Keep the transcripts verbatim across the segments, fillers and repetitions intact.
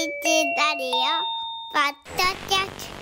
ラディオポッドキャス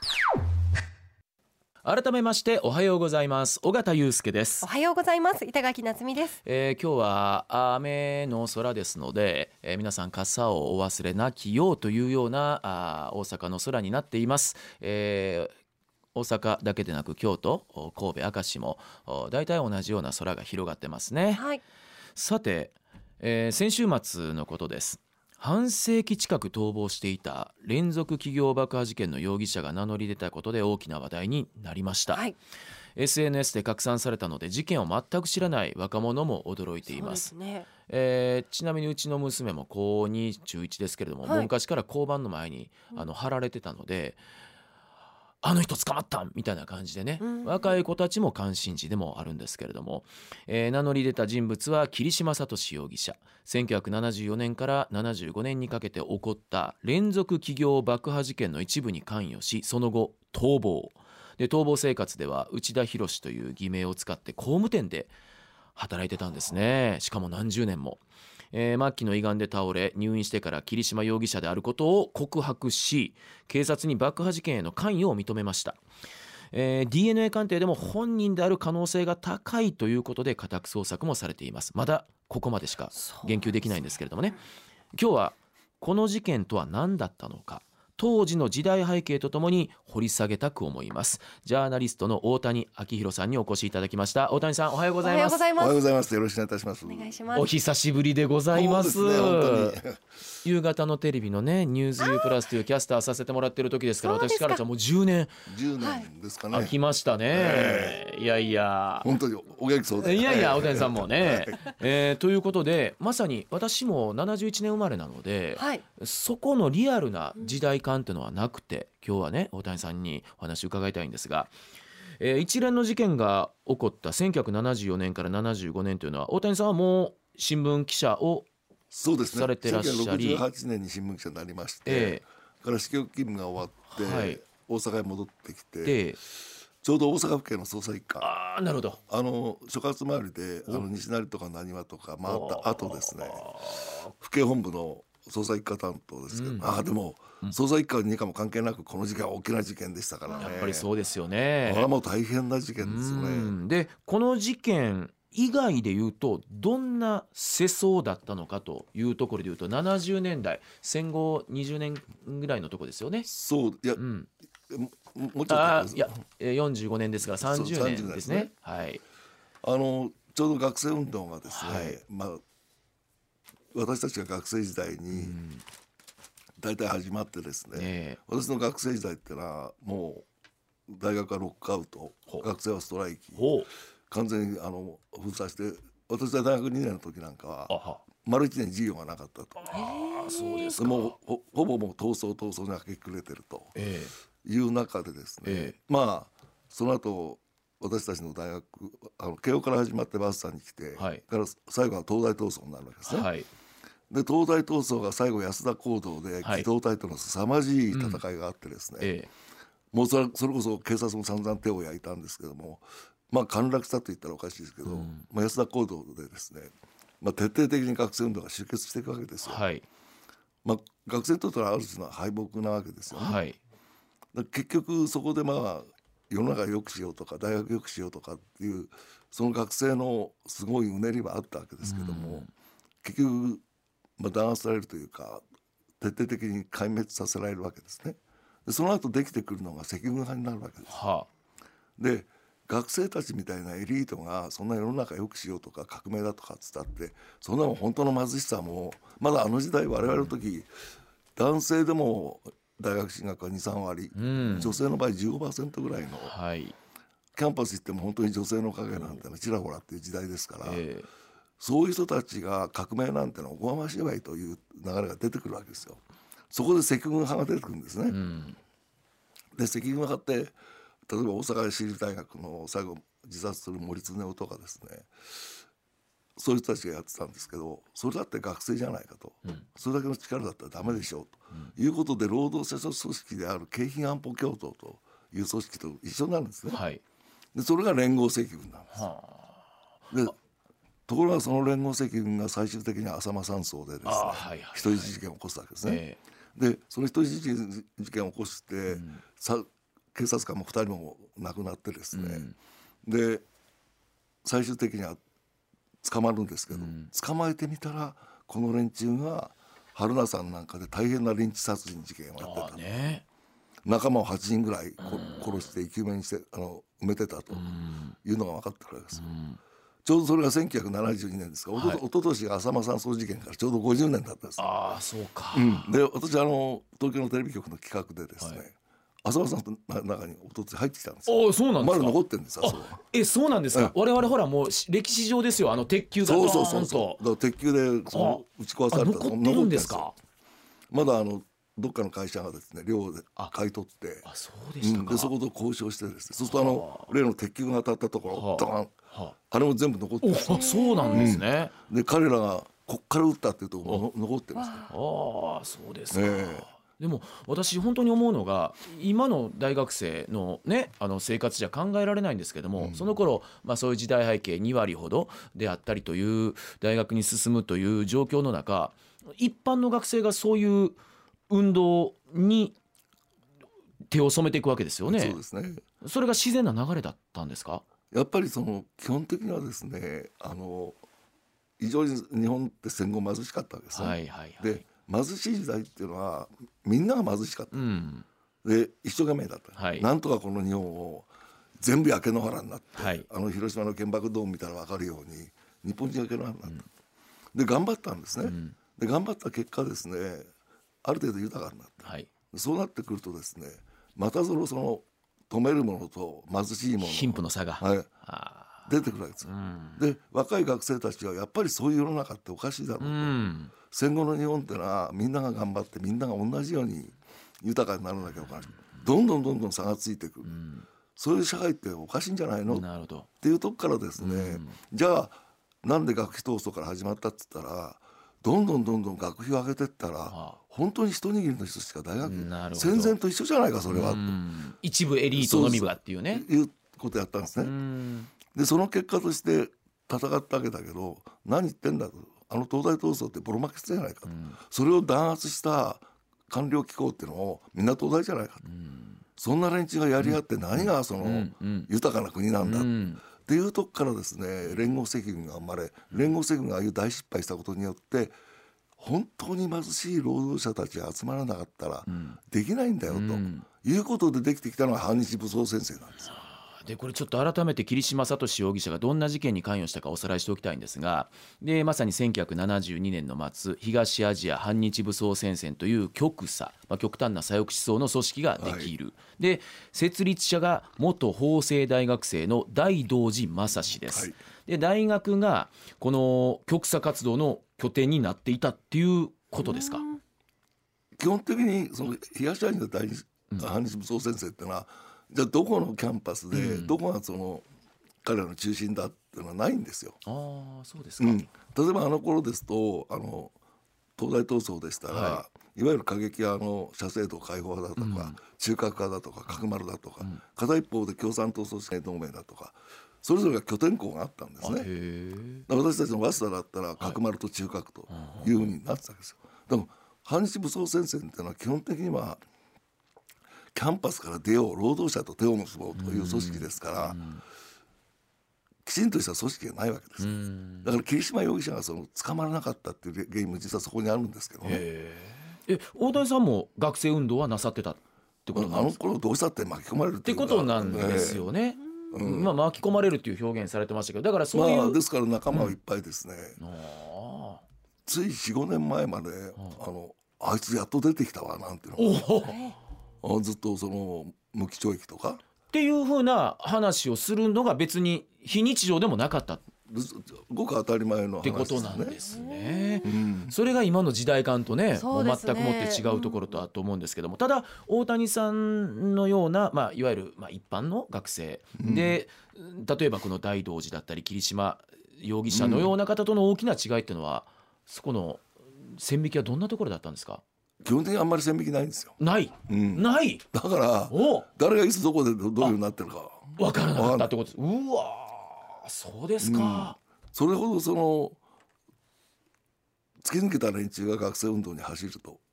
ト。改めましておはようございます。尾形祐介です。 おはようございます。板垣夏美です。 えー、今日は雨の空ですので、えー、皆さん傘をお忘れなきようというようなあ大阪の空になっています。えー大阪だけでなく京都、神戸、明石もだいたい同じような空が広がってますね、 はい、 さて、えー、先週末のことです。半世紀近く逃亡していた連続企業爆破事件の容疑者が名乗り出たことで大きな話題になりました、はい、エスエヌエス で拡散されたので事件を全く知らない若者も驚いています。 そうですね。 えー、ちなみにうちの娘も高に中いちですけれども、はい、昔から交番の前にあの貼られてたので、あの人捕まったみたいな感じでね、うん、若い子たちも関心事でもあるんですけれども、えー、名乗り出た人物は桐島聡容疑者。せんきゅうひゃくななじゅうよねんからななじゅうごねんにかけて起こった連続企業爆破事件の一部に関与し、その後逃亡で逃亡生活では内田博という偽名を使って工務店で働いてたんですね。しかも何十年も。えー、末期の胃がんで倒れ入院してから桐島容疑者であることを告白し、警察に爆破事件への関与を認めました。えー、ディーエヌエー 鑑定でも本人である可能性が高いということで家宅捜索もされています。まだここまでしか言及できないんですけれどもね。今日はこの事件とは何だったのか、当時の時代背景とともに掘り下げたく思います。ジャーナリストの大谷昭弘さんにお越しいただきました。大谷さん、おはようございます。 おはようございます。 おはようございます。よろしくお願いいたします。 お願いします。 お久しぶりでございます。 そうですね、本当に夕方のテレビのね、ニュース ユー プラスというキャスターさせてもらってる時ですから、私からじゃもうじゅうねんじゅうねんですかね。 空きましたね、えー、いやいや本当にお元気そうで、 いやいや大谷さんもね、えー、ということで、まさに私もななじゅういちねん生まれなので、はい、そこのリアルな時代感っていうのはなくて、今日はね大谷さんにお話伺いたいんですが、えー、一連の事件が起こったせんきゅうひゃくななじゅうよねんからななじゅうごねんというのは、大谷さんはもう新聞記者をそうですね、 されてらっしゃり、 せんきゅうひゃくろくじゅうはちねんに新聞記者になりまして、えー、から支局勤務が終わって、はい、大阪へ戻ってきて、ちょうど大阪府警の捜査一課、 あ、なるほど、 あの所轄回りであの西成とか浪速とか回った後ですね、府警本部の捜査一課担当ですけど、うん、あでも、うん、捜査一課にかも関係なくこの事件は大きな事件でしたからね。 やっぱりそうですよね。 あれはもう大変な事件ですよね。 でこの事件以外でいうとどんな世相だったのかというところでいうと、ななじゅうねんだい、戦後にじゅうねんぐらいのところですよね。 そういや、うん、も, もうちょっとあいやよんじゅうごねんですからさんじゅうねんですね。はい、あのちょうど学生運動がですね、はい、まあ、私たちが学生時代に大体始まってですね、ね、私の学生時代ってのはもう大学はロックアウト、学生はストライキ、完全にあの封鎖して、私は大学にねんの時なんかは丸いちねん授業がなかったと。 あそうですか。 もう ほ, ほぼもう闘争闘争に明け暮れてるという中でですね、ええ、まあその後私たちの大学、あの慶応から始まってバスさんに来て、はい、から最後は東大闘争になるわけですね、はい、で東大闘争が最後安田講堂で機動隊との凄まじい戦いがあってですね、はい、うんええ、もうそれ、それこそ警察も散々手を焼いたんですけども、まあ陥落したと言ったらおかしいですけど、うん、まあ、安田講堂でですね、まあ、徹底的に学生運動が終結していくわけですよ、はい、まあ、学生にとってはある種の敗北なわけですよね、はい、だ結局そこでまあ世の中を良くしようとか大学を良くしようとかっていうその学生のすごいうねりはあったわけですけども、うん、結局、まあ、弾圧されるというか徹底的に壊滅させられるわけですね。でその後できてくるのが赤軍派になるわけです、はあ、で学生たちみたいなエリートがそんな世の中良くしようとか革命だとかっつったって、そんなもん本当の貧しさもまだあの時代我々の時、うん、男性でも大学進学は にさんわり、うん、女性の場合 じゅうごパーセント ぐらいの、はい、キャンパス行っても本当に女性の影なんてのちらほらっていう時代ですから、えー、そういう人たちが革命なんてのおこがましいわいという流れが出てくるわけですよ。そこで赤軍派が出てくるんですね、うん、で赤軍派って例えば大阪市立大学の最後自殺する森恒夫とかですね、そういう人たちがやってたんですけど、それだって学生じゃないかと、うん、それだけの力だったらダメでしょうと、うん、いうことで労働者組織である京浜安保共闘という組織と一緒になるんですね、はい、でそれが連合赤軍なんです、はあ、でところがその連合赤軍が最終的には浅間山荘でですね、はいはいはい、人質事件を起こすわけですね、えーでその人質事件を起こして、うん、さ警察官もふたりも亡くなってですね、うん、で最終的には捕まるんですけど、うん、捕まえてみたらこの連中が榛名山なんかで大変なリンチ殺人事件をやってた、ね、仲間をはちにんぐらい殺して生き埋めにしてあの埋めてたというのが分かってるわけです、うん、ちょうどそれがせんきゅうひゃくななじゅうにねんですが、はい、おととしが浅間山荘事件からちょうどごじゅうねんだったんです。 ああそうか、 うん、で私あの東京のテレビ局の企画でですね、はい、浅間さんの中におとつい入ってきたんですよ。 あそうなんですか。 まだ残ってるんです。あえそうなんですか、うん、我々ほらもう歴史上ですよ、あの鉄球がドーンとそうそうそうだから鉄球でその打ち壊された残ってるんですか。 まだあのどっかの会社がですね寮で買い取って、 あそうでしたか、 うん、でそこと交渉してですね、そうするとあの例の鉄球が当たったところドーン、あれも全部残ってるんですよ。 あそうなんですね、 うん、で彼らがこっから撃ったっていうところも残ってますね。 ああそうですか、えーでも私本当に思うのが今の大学生のねあの生活じゃ考えられないんですけども、うん、その頃、まあ、そういう時代背景にわりほどであったりという大学に進むという状況の中、一般の学生がそういう運動に手を染めていくわけですよね。 そうですね。 それが自然な流れだったんですか。 やっぱりその基本的にはですね、あの非常に日本って戦後貧しかったわけですね、はいはいはい、で貧しい時代っていうのはみんなが貧しかった、うん、で一生懸命だった、はい、なんとかこの日本を全部焼け野原になって、はい、あの広島の原爆ドーム見たら分かるように日本人焼け野原になった、うん、で頑張ったんですね、うん、で頑張った結果ですねある程度豊かになった、はい、そうなってくるとですねまたそのその止めるものと貧しいもの貧富の差が、 はい、あ出てくるわけです、うん、で若い学生たちはやっぱりそういう世の中っておかしいだろうと、うん、戦後の日本ってのはみんなが頑張ってみんなが同じように豊かにならなきゃおかしい、どんどんどんどん差がついてくる、うん、そういう社会っておかしいんじゃないのっていうとこからですね、うん、じゃあなんで学費闘争から始まったって言ったらどんどんどんどん学費を上げてったら、はあ、本当に一握りの人しか大学戦前と一緒じゃないかそれは、うん、 一部エリートのみがっていうねいうことやったんですね、うん、でその結果として戦ったわけだけど何言ってんだと、あの東大闘争ってボロ負けしたじゃないかと、うん、それを弾圧した官僚機構っていうのをみんな東大じゃないかと、うん、そんな連中がやり合って何がその、うんうん、豊かな国なんだ、うんっていうとこからですね連合赤軍が生まれ、連合赤軍がああいう大失敗したことによって本当に貧しい労働者たちが集まらなかったらできないんだよ、うん、ということでできてきたのが反日武装先生なんですよ。 でこれちょっと改めて桐島聡容疑者がどんな事件に関与したかおさらいしておきたいんですが、でまさにせんきゅうひゃくななじゅうにねんの末東アジア反日武装戦線という極左、まあ、極端な左翼思想の組織ができる、はい、で設立者が元法政大学生の大道寺正氏です、はい、で大学がこの極左活動の拠点になっていたっていうことですか。 基本的にその東アジア大反日武装戦線っていうのは、うん、じゃあどこのキャンパスで、うん、どこがその彼らの中心だっていうのはないんですよ。 あそうですか、うん、例えばあの頃ですとあの東大闘争でしたら、はい、いわゆる過激派の社制度解放派だとか、うん、中核派だとか角丸だとか、うん、片一方で共産党組織同盟だとかそれぞれが拠点校があったんですね。私たちの早稲田だったら角丸と中核というふうになってたわけですよ。でも反日武装戦線っていうのは基本的にはキャンパスから出よう労働者と手を結ぼうという組織ですから、きちんとした組織がないわけです。だから桐島容疑者がその捕まらなかったっていう原因も実はそこにあるんですけどね。 え大谷さんも学生運動はなさってたってことなんですか。 あの頃どうしたって巻き込まれるっていうかってことなんですよね、えーうんまあ、巻き込まれるっていう表現されてましたけど、だからそういう、 まあ、ですから仲間はいっぱいですね、うん、あつい よん,ご 年前まで、うん、あのあいつやっと出てきたわなんていうのがずっとその無期懲役とかっていう風な話をするのが別に非日常でもなかったごく当たり前の話ですねってことなんですね、うん、それが今の時代感と ね, もう全くもって違うところとあと思うんですけども、ただ大谷さんのような、まあ、いわゆるまあ一般の学生で、うん、例えばこの大道寺だったり桐島容疑者のような方との大きな違いっていうのは、うん、そこの線引きはどんなところだったんですか。 基本的にあんまり線引きないんですよ。 ない、うん、ないだから誰がいつどこでどういう風になってるか分からなかったってことです。うわそうですか、 うん、それほどその突き抜けた連中が学生運動に走ると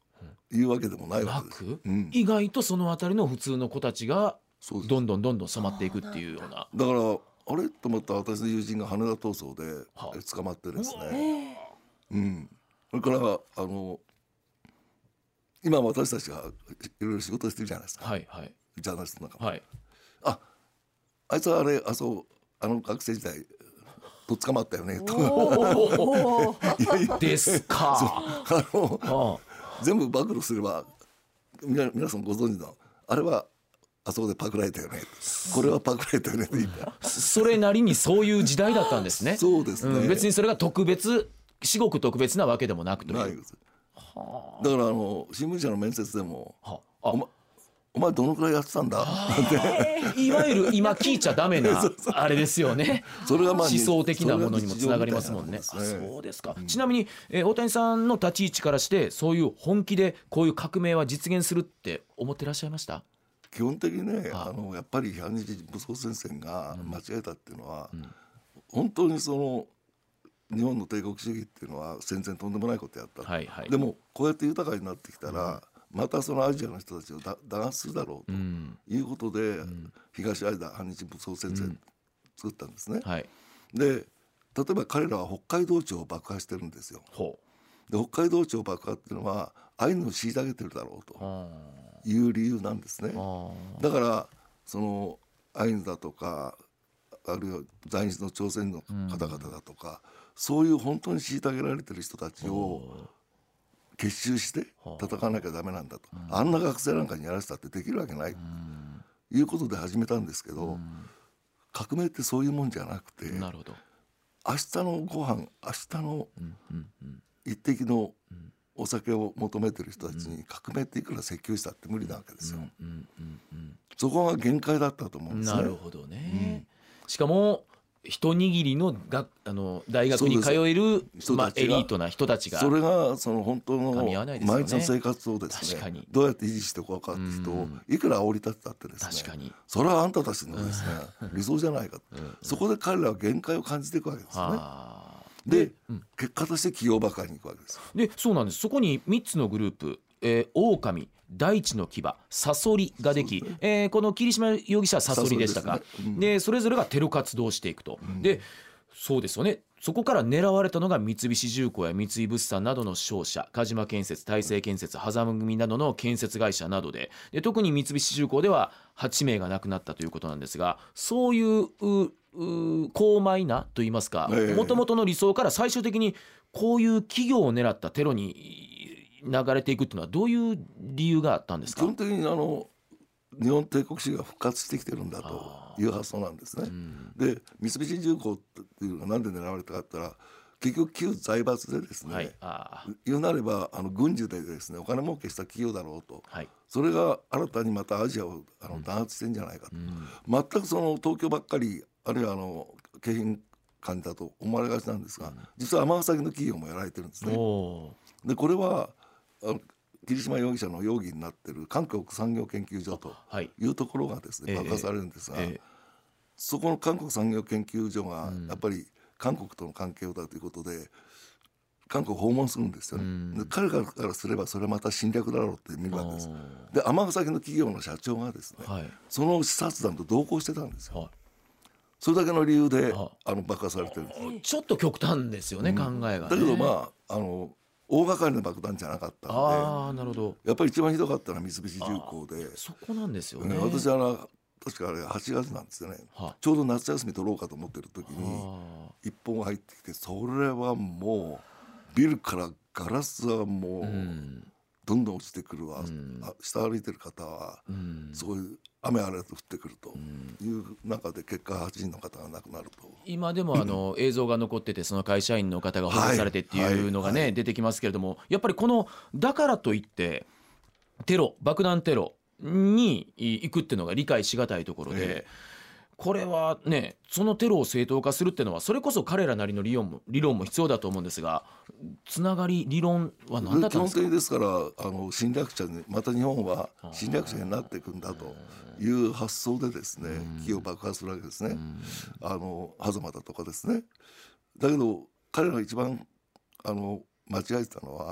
いうわけでもないわけです。 なく、 うん、 意外とそのあたりの普通の子たちがそうです。 どんどんどんどん染まっていくっていうような。 だからあれと思ったら私の友人が羽田逃走で捕まってですね、うん、それからあの今私たちがいろいろ仕事してるじゃないですか、 はいはい、 ジャーナリストの中も、 はい、 ああいつはあれあそうあの学生時代と捕まったよねとですかあの全部暴露すれば皆皆さんご存知のあれはあそこでパクられたよね、これはパクられたよねって言った、 それなりにそういう時代だったんですね。 そうですね、 うん、別にそれが特別至極特別なわけでもなくという。 ないです。はあ、だからあの新聞社の面接でも、はあ、お, ま、お前どのくらいやってたんだっていわゆる今聞いちゃダメなあれですよね。 それがまあ思想的なものにもつながりますもんね。あ、そうですか、うん、ちなみに、えー、大谷さんの立ち位置からしてそういう本気でこういう革命は実現するって思ってらっしゃいました？ 基本的にね、あのやっぱり反日武装戦線が間違えたっていうのは、うんうん、本当にその日本の帝国主義っていうのは戦前とんでもないことやった、はいはい、でもこうやって豊かになってきたら、うん、またそのアジアの人たちを打圧するだろうということで、うん、東アジア反日武装戦線作ったんですね、うん、はい、で例えば彼らは北海道庁を爆破してるんですよ。で北海道庁爆破っていうのはアイヌを虐げてるだろうという理由なんですね。だからそのアイヌだとかあるいは在日の朝鮮の方々だとか、うん、そういう本当に虐げられてる人たちを結集して戦わなきゃダメなんだと、うん、あんな学生なんかにやらせたってできるわけない、うん、いうことで始めたんですけど、うん、革命ってそういうもんじゃなくて、なるほど、明日のご飯明日の一滴のお酒を求めてる人たちに革命っていくら説教したって無理なわけですよ。そこが限界だったと思うんですね。 なるほどね、うん、しかも一握りのがあの大学に通える、まあ、エリートな人たちがそれがその本当の毎日の生活をですねどうやって維持していこうかって人をいくら煽り立てたってですね、確かにそれはあんたたちのですね理想じゃないかと、うん、そこで彼らは限界を感じていくわけですね。で、うん、結果として企業ばかりに行くわけです。 でそうなんです。そこにみっつのグループ、えー、狼、大地の牙、サソリができ、ね、えー、この桐島容疑者はサソリでしたか。 そ, で、ねうん、でそれぞれがテロ活動をしていくと、うん、でそうですよね。そこから狙われたのが三菱重工や三井物産などの商社、鹿島建設、大成建設、狭間組などの建設会社など で, で特に三菱重工でははちめいが亡くなったということなんですが、そういう高邁なといいますか、もともとの理想から最終的にこういう企業を狙ったテロに流れていくっていうのはどういう理由があったんですか？ 基本的にあの日本帝国主義が復活してきてるんだという発想なんですね、うん、で三菱重工っていうのが何で狙われたかって言ったら結局旧財閥でですね、はい、あ言うなればあの軍需でですねお金儲けした企業だろうと、はい、それが新たにまたアジアをあの弾圧してんじゃないかと、うん、全くその東京ばっかりあるいはあの京浜間だと思われがちなんですが、うん、実は尼崎の企業もやられてるんですね。でこれはあの桐島容疑者の容疑になっている韓国産業研究所というところがですね、はい、爆破されるんですが、えーえー、そこの韓国産業研究所がやっぱり韓国との関係をだということで韓国を訪問するんですよね、うん、で彼らからすればそれはまた侵略だろうって見るわけです。で尼崎の企業の社長がですね、はい、その視察団と同行してたんですよ、はい、それだけの理由であの爆破されてるんです。 ちょっと極端ですよね、うん、考えがね。 だけどまああの大掛かりな爆弾じゃなかったので、 あ、なるほど、 やっぱり一番ひどかったのは三菱重工で、 そこなんですよね。 私は確かあれはちがつなんですよね、はちょうど夏休み取ろうかと思ってる時に一本入ってきて、それはもうビルからガラスはもうどんどん落ちてくるわ、うん、下歩いてる方はそういう雨あれと降ってくるという中で結果はちにんの方が亡くなると。 今でもあの映像が残っててその会社員の方が保護されてっていうのがね出てきますけれども、やっぱりこのだからといってテロ爆弾テロに行くっていうのが理解しがたいところで、これはねそのテロを正当化するっていうのはそれこそ彼らなりの理論も理論も必要だと思うんですが、つながり理論は何だったんですか？ 基本的ですからあの侵略者にまた日本は侵略者になっていくんだという発想でですね企業を爆破するわけですね。あの狭間だとかですね。だけど彼らが一番あの間違えてたのは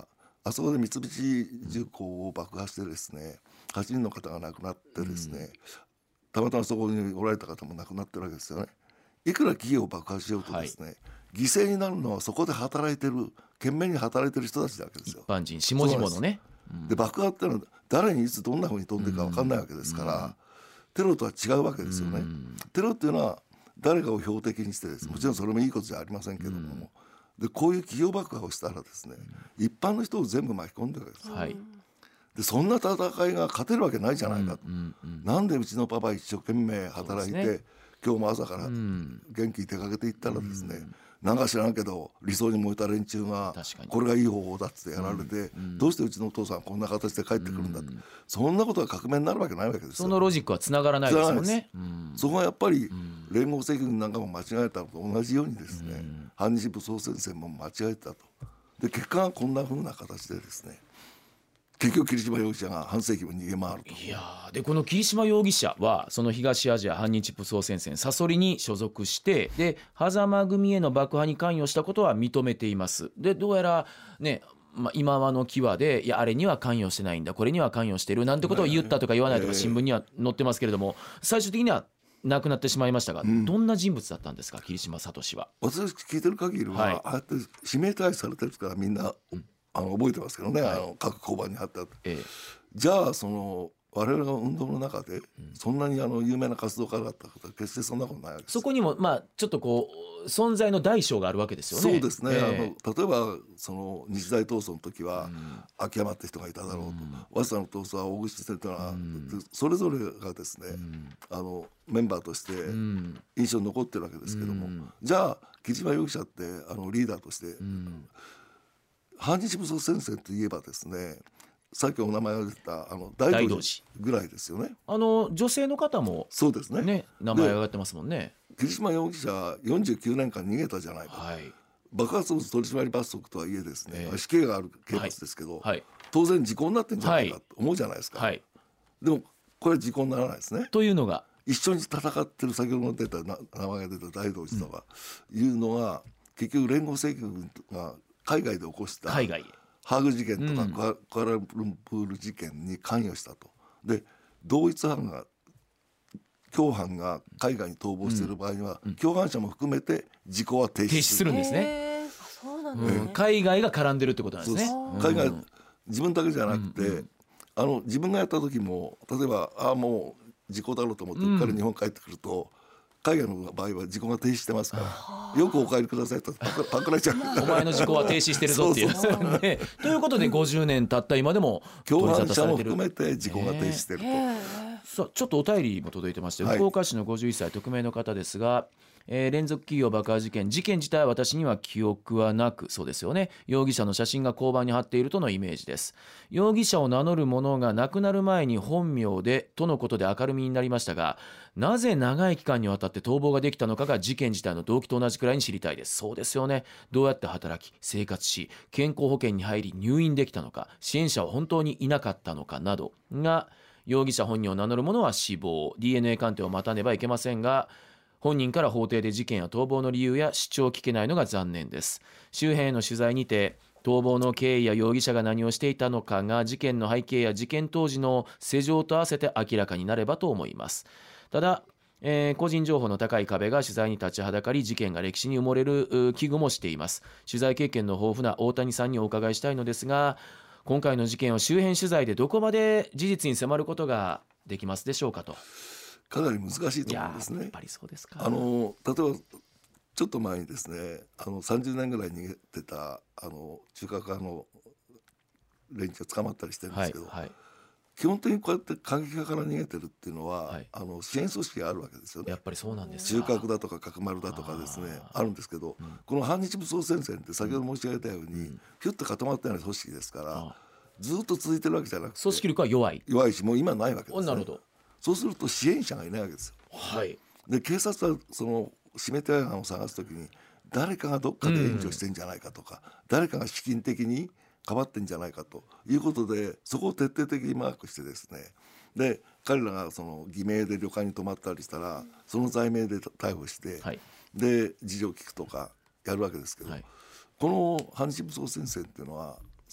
あそこで三菱重工を爆破してですね、はちにんの方が亡くなってですね、うん、たまたまそこにおられた方も亡くなってるわけですよね。いくら企業を爆破しようとですね、はい、犠牲になるのはそこで働いてる懸命に働いてる人たちだけですよ。 一般人下々のね。 で、うん、爆破ってのは誰にいつどんな風に飛んでるか分かんないわけですから、うん、テロとは違うわけですよね、うん、テロっていうのは誰かを標的にしてですね、もちろんそれもいいことじゃありませんけども、うん、でこういう企業爆破をしたらですね、うん、一般の人を全部巻き込んでるわけです、はい、でそんな戦いが勝てるわけないじゃないかと、うんうんうん、なんでうちのパパ一生懸命働いて、ね、今日も朝から元気に出かけていったらですね、うん、なんか知らんけど理想に燃えた連中がこれがいい方法だってやられて、うんうん、どうしてうちのお父さんこんな形で帰ってくるんだって、うん、そんなことが革命になるわけないわけですよ。 そのロジックはつながらないですもんね、うん、 そこはやっぱり連合赤軍なんかも間違えたのと同じようにですね、うん、反日武装戦線も間違えたと。で結果はこんな風な形でですね、結局桐島容疑者が半世紀も逃げ回ると。 いやでこの桐島容疑者はその東アジア反日武装戦線サソリに所属してで狭間組への爆破に関与したことは認めています。でどうやらね、まあ、今はの際でいやあれには関与してないんだこれには関与してるなんてことを言ったとか言わないとか新聞には載ってますけれども、最終的には亡くなってしまいましたが、うん、どんな人物だったんですか桐島聡は。 私聞いてる限りは、はい、ああやって指名手配されてるからみんな、うん、あの覚えてますけどね、はい、あの各交番に貼ってあって、ええ、じゃあその我々の運動の中でそんなにあの有名な活動家だったことは決してそんなことないわけです。 そこにもまあちょっとこう存在の大小があるわけですよね。 そうですね、えー、あの例えばその日大闘争の時は秋山って人がいただろうと、うん、早稲田の闘争は大口先生というのは、うん、それぞれがですね、うん、あのメンバーとして印象に残ってるわけですけども、うん、じゃあ桐島容疑者ってあのリーダーとして、うん、反日武装戦線といえばですね、さっきお名前が出たあの大道寺ぐらいですよね。 あの女性の方もそうですね、 ね名前が挙がってますもんね。 桐島容疑者よんじゅうきゅうねんかん逃げたじゃないか、はい、爆発物取締罰則とはいえですね、えー、死刑がある刑罰ですけど、はいはい、当然時効になってんじゃないかと思うじゃないですか、はい、でもこれは時効にならないですね。 というのが一緒に戦ってる先ほど出た名前が出た大道寺とかいうのは、うん、結局連合赤軍が海外で起こした海外ハーグ事件とか、うん、クアラルンプール事件に関与したと。で同一犯が共犯が海外に逃亡している場合には、うん、共犯者も含めて時効は停止する、 停止するんですね。そうなんですね、うん、海外が絡んでるってことなんですね。 海外、うん、自分だけじゃなくて、うん、あの自分がやった時も例えばああもう時効だろうと思ってうっかり日本帰ってくると、海外の場合は時効が停止してますからよくお帰りくださいとパク、パクられちゃうお前の時効は停止してるぞっていうそうそうそうね、ということでごじゅうねん経った今でも共犯者も含めて時効が停止してると。 さあちょっとお便りも届いてまして、はい、福岡市のごじゅういっさい匿名の方ですが、えー、連続企業爆破事件事件自体は私には記憶はなく、そうですよね、容疑者の写真が交番に貼っているとのイメージです。容疑者を名乗る者が亡くなる前に本名でとのことで明るみになりましたが、なぜ長い期間にわたって逃亡ができたのかが事件自体の動機と同じくらいに知りたいです。そうですよね、どうやって働き生活し健康保険に入り入院できたのか、支援者は本当にいなかったのかなどが、容疑者本人を名乗る者は死亡、 ディーエヌエー 鑑定を待たねばいけませんが、本人から法廷で事件や逃亡の理由や主張を聞けないのが残念です。周辺への取材にて逃亡の経緯や容疑者が何をしていたのかが事件の背景や事件当時の世情と合わせて明らかになればと思います。ただ、えー、個人情報の高い壁が取材に立ちはだかり、事件が歴史に埋もれる危惧もしています。取材経験の豊富な大谷さんにお伺いしたいのですが、今回の事件を周辺取材でどこまで事実に迫ることができますでしょうかと。 かなり難しいと思うんですね。 やっぱりそうですか。 あの例えばちょっと前にですね、あのさんじゅうねんぐらい逃げてたあの中核派の連中が捕まったりしてるんですけど、はいはい、基本的にこうやって過激派から逃げてるっていうのは、はい、あの支援組織があるわけですよね。 やっぱりそうなんですか。中核だとか角丸だとかですね あ, あるんですけど、うん、この反日武装戦線って先ほど申し上げたように、うん、ひゅっと固まったような組織ですから、ずっと続いてるわけじゃなくて組織力は弱い弱いし、もう今ないわけですね。 なるほど。 そうすると支援者がいないわけですよ。 はい、 で警察はその指名手配犯を探すときに誰かがどっかで援助してんじゃないかとか、うん、誰かが資金的にかばってんじゃないかということで、そこを徹底的にマークしてですね、で彼らがその偽名で旅館に泊まったりしたらその罪名で逮捕して、はい、で事情を聞くとかやるわけですけど、はい、この反日武装戦線っていうのは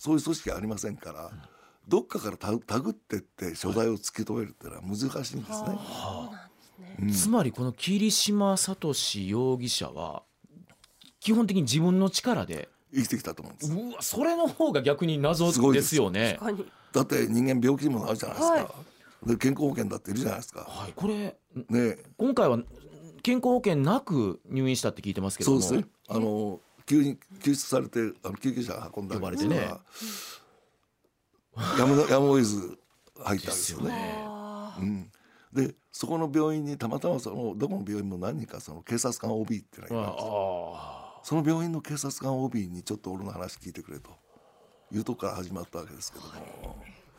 そういう組織はありませんから、うん、どっかからたたぐってって所在を突き止めるっていうのは難しいんですね。 はあうん、つまりこの桐島聡容疑者は基本的に自分の力で生きてきたと思うんです。 うわ、それの方が逆に謎ですよね。 だって人間病気にもなるじゃないですか、はい、で健康保険だっているじゃないですか、 はい、これ、 ね、 今回は健康保険なく入院したって聞いてますけども。 そうですね、あの救に救出されてあの救急車運んだわけですから、ね、やむやむを得ず入ったんですよね。ですよね、うん、でそこの病院にたまたまそのどこの病院も何人かその警察官 オービー っていうのがいたんですよ。その病院の警察官 オービー にちょっと俺の話聞いてくれというとこから始まったわけですけども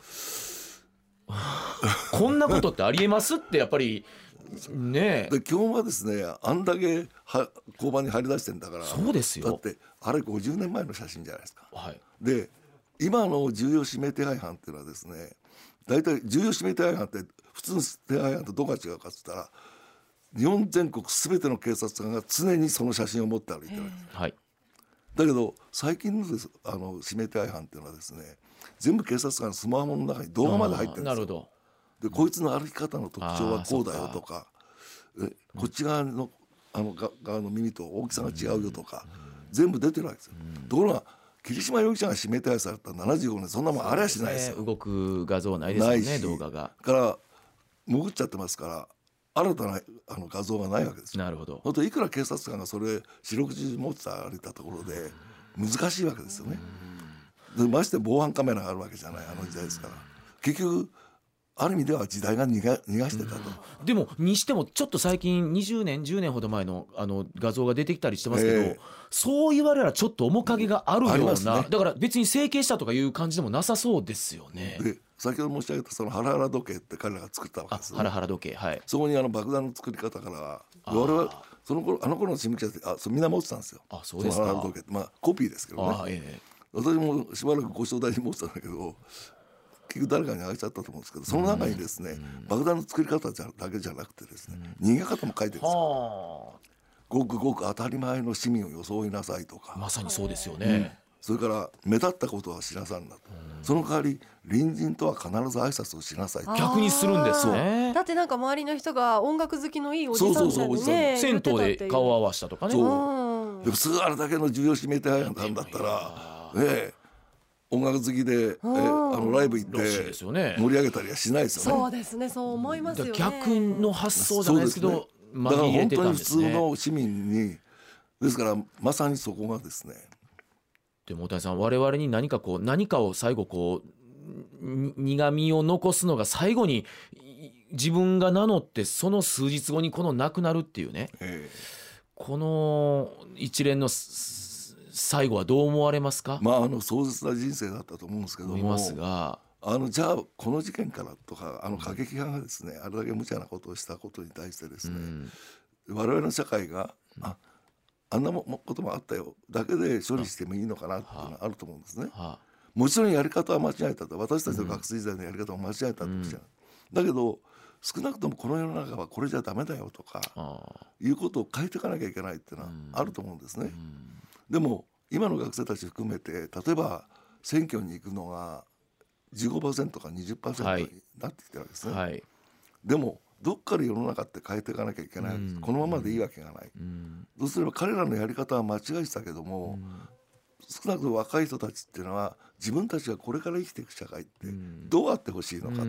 こんなことってありえますってやっぱりねえ。 で基本はですね、あんだけは交番に張り出してんだから。 そうですよ。 だってあれごじゅうねんまえの写真じゃないですか、 はい、 で今の重要指名手配犯っていうのはですね、大体重要指名手配犯って普通の手配犯とどこが違うかって言ったら、日本全国すべての警察官が常にその写真を持って歩いてるわけです、はい、だけど最近のです、あの指名手配犯っていうのはですね、全部警察官のスマホの中に動画まで入ってるんですよ。なるほど。でこいつの歩き方の特徴はこうだよとか、えこっち側のあの側の耳と大きさが違うよとか、全部出てるわけですよ。ところが桐島容疑者が指名手配されたななじゅうごねん、そんなもんありゃしないですよ、 ね、動く画像ないですよね、動画がから潜っちゃってますから、新たなあの画像がないわけですよ。 なるほど。 あといくら警察官がそれ四六時中持って歩いたところで難しいわけですよね。でまして防犯カメラがあるわけじゃない、あの時代ですから、結局ある意味では時代が逃が、逃がしてたと。 でもにしてもちょっと最近にじゅうねんじゅうねんほど前 の, あの画像が出てきたりしてますけど、えー、そう言われたらちょっと面影があるような、ね、だから別に整形したとかいう感じでもなさそうですよね。 で先ほど申し上げたそのハラハラ時計って彼らが作ったわけですよね。 ハラハラ時計、はい、 そこにあの爆弾の作り方から我々その頃あの頃の新聞記者ってあそみんな持ってたんですよ。 あ、そうですか。 そのハラハラ時計って、まあ、コピーですけどね。あ、えー、私もしばらくご正代に持ってたんだけど結局誰かにあげちゃったと思うんですけど、その中にですね、うん、爆弾の作り方じゃだけじゃなくてですね、うん、逃げ方も書いてるんですよ。ごくごく当たり前の市民を装いなさいとか、 まさにそうですよね、 うん、それから目立ったことはしなさんなと、うん、その代わり隣人とは必ず挨拶をしなさいと。 逆にするんですね。 だってなんか周りの人が音楽好きのいいおじさんみたいにね、 銭湯で顔を合わしたとかね。 そうで普通あれだけの重要指名手配犯だったらねえ音楽好きで、えあのライブ行って盛り上げたりはしないですよね。 そうですね、そう思いますよね。 逆の発想じゃないですけど、ね、 だから本当に普通の市民にですからまさにそこがですね。 でも大谷さん、我々に何かこう何かを最後こう苦みを残すのが最後に自分が名乗ってその数日後にこの亡くなるっていうね、えー、この一連の最後はどう思われますか。 まあ、あの壮絶な人生だったと思うんですけども、 思いますが、 あのじゃあこの事件からとかあの過激派がですね、あれだけ無茶なことをしたことに対してですね、うん、我々の社会が、うん、ああんなこともあったよだけで処理してもいいのかなっていうのがあると思うんですね。はあ、もちろんやり方は間違えたと、私たちの学生時代のやり方も間違えたと、うん、だけど少なくともこの世の中はこれじゃダメだよとか、はあ、いうことを変えていかなきゃいけないっていうのはあると思うんですね。うん、でも今の学生たち含めて例えば選挙に行くのが じゅうごパーセント か にじゅっパーセント になってきてるわけですね。はい、でもどっから世の中って変えていかなきゃいけない、うん、このままでいいわけがない、うん、そうすれば彼らのやり方は間違えてたけども、うん、少なくとも若い人たちっていうのは自分たちがこれから生きていく社会ってどうあってほしいのかと、うん、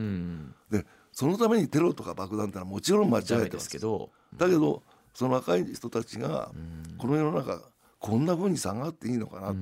でそのためにテロとか爆弾ってのはもちろん間違えてますけど、だけどその若い人たちがこの世の中こんな風に下がっていいのかな、うん、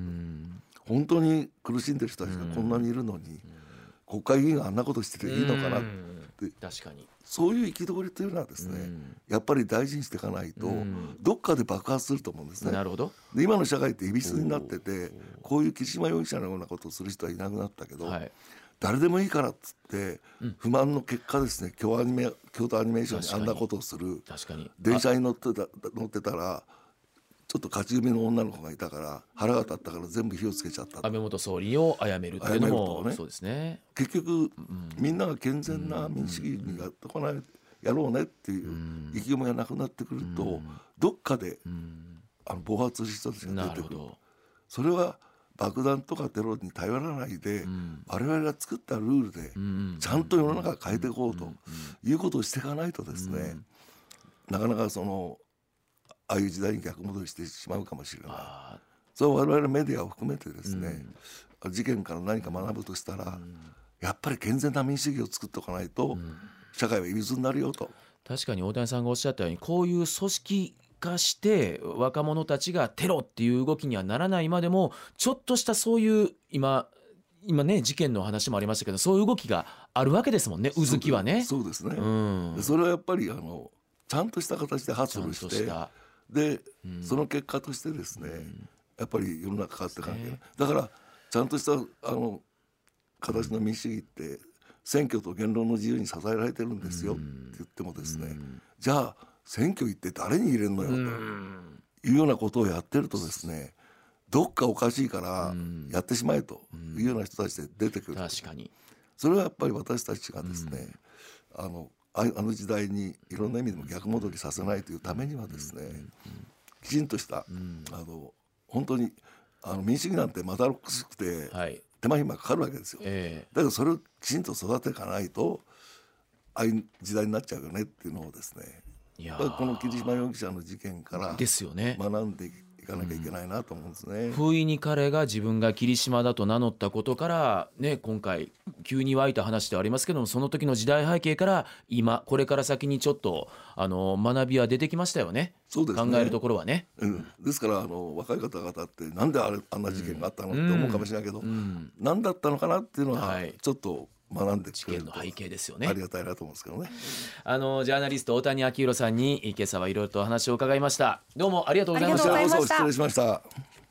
本当に苦しんでる人たちがこんなにいるのに、うん、国会議員があんなことしてていいのかなって、うん、確かにそういう憤りというのはですね、うん、やっぱり大事にしていかないと、うん、どっかで爆発すると思うんですね。なるほど。で今の社会っていびつになってて、こういう桐島容疑者のようなことをする人はいなくなったけど、はい、誰でもいいからっつって不満の結果ですね、京アニメ京都アニメーションにあんなことをする、確かに電車に乗ってた乗ってたらちょっと勝ち組の女の子がいたから腹が立ったから全部火をつけちゃった。 安倍元総理を殺めるっていうのも、ね、そうですね。 結局、うん、みんなが健全な民主主義にやってこない、うん、やろうねっていう意気込みがなくなってくると、うん、どっかで、うん、あの暴発する人たちが出てくる。それは爆弾とかテロに頼らないで、うん、我々が作ったルールでちゃんと世の中を変えていこうということをしていかないとですね、うん、なかなかそのああいう時代に逆戻りしてしまうかもしれない。そう我々メディアを含めてですね、うん、事件から何か学ぶとしたら、うん、やっぱり健全な民主主義を作っておかないと、うん、社会はイビズになるよと。 確かに大谷さんがおっしゃったようにこういう組織化して若者たちがテロっていう動きにはならないまでもちょっとしたそういう今今ね事件の話もありましたけどそういう動きがあるわけですもんね。うずきはね。 そうですね、うん、それはやっぱりあのちゃんとした形で発露してで、うん、その結果としてですね、うん、やっぱり世の中変わっていかなきゃいけない。だからちゃんとしたあの形の民主主義って選挙と言論の自由に支えられてるんですよって言ってもですね、うん、じゃあ選挙行って誰に入れるのよというようなことをやってるとですね、どっかおかしいからやってしまえというような人たちで出てくる。 確かにそれはやっぱり私たちがですね、あのあの時代にいろんな意味でも逆戻りさせないというためにはですね、きちんとしたあの本当にあの民主主義なんてまだろくしくて手間暇かかるわけですよ、えー、だけどそれをきちんと育てていかないとああいう時代になっちゃうよねっていうのをですね、いやこの桐島容疑者の事件からですよね学んでいかなきゃいけないなと思うんですね、 うん、不意に彼が自分が桐島だと名乗ったことから、ね、今回急に湧いた話ではありますけどもその時の時代背景から今これから先にちょっとあの学びは出てきましたよね。 そうですね、 考えるところはね、 うん、ですからあの若い方々ってなんであれあんな事件があったのって思うかもしれないけど、うんうん、何だったのかなっていうのはちょっと学んでくれると、はい、事件の背景ですよね。ありがたいなと思うんですけどね。 あのジャーナリスト大谷明宏さんに今朝はいろいろとお話を伺いました。どうもありがとうございました。 ありがとうございました。 失礼しました。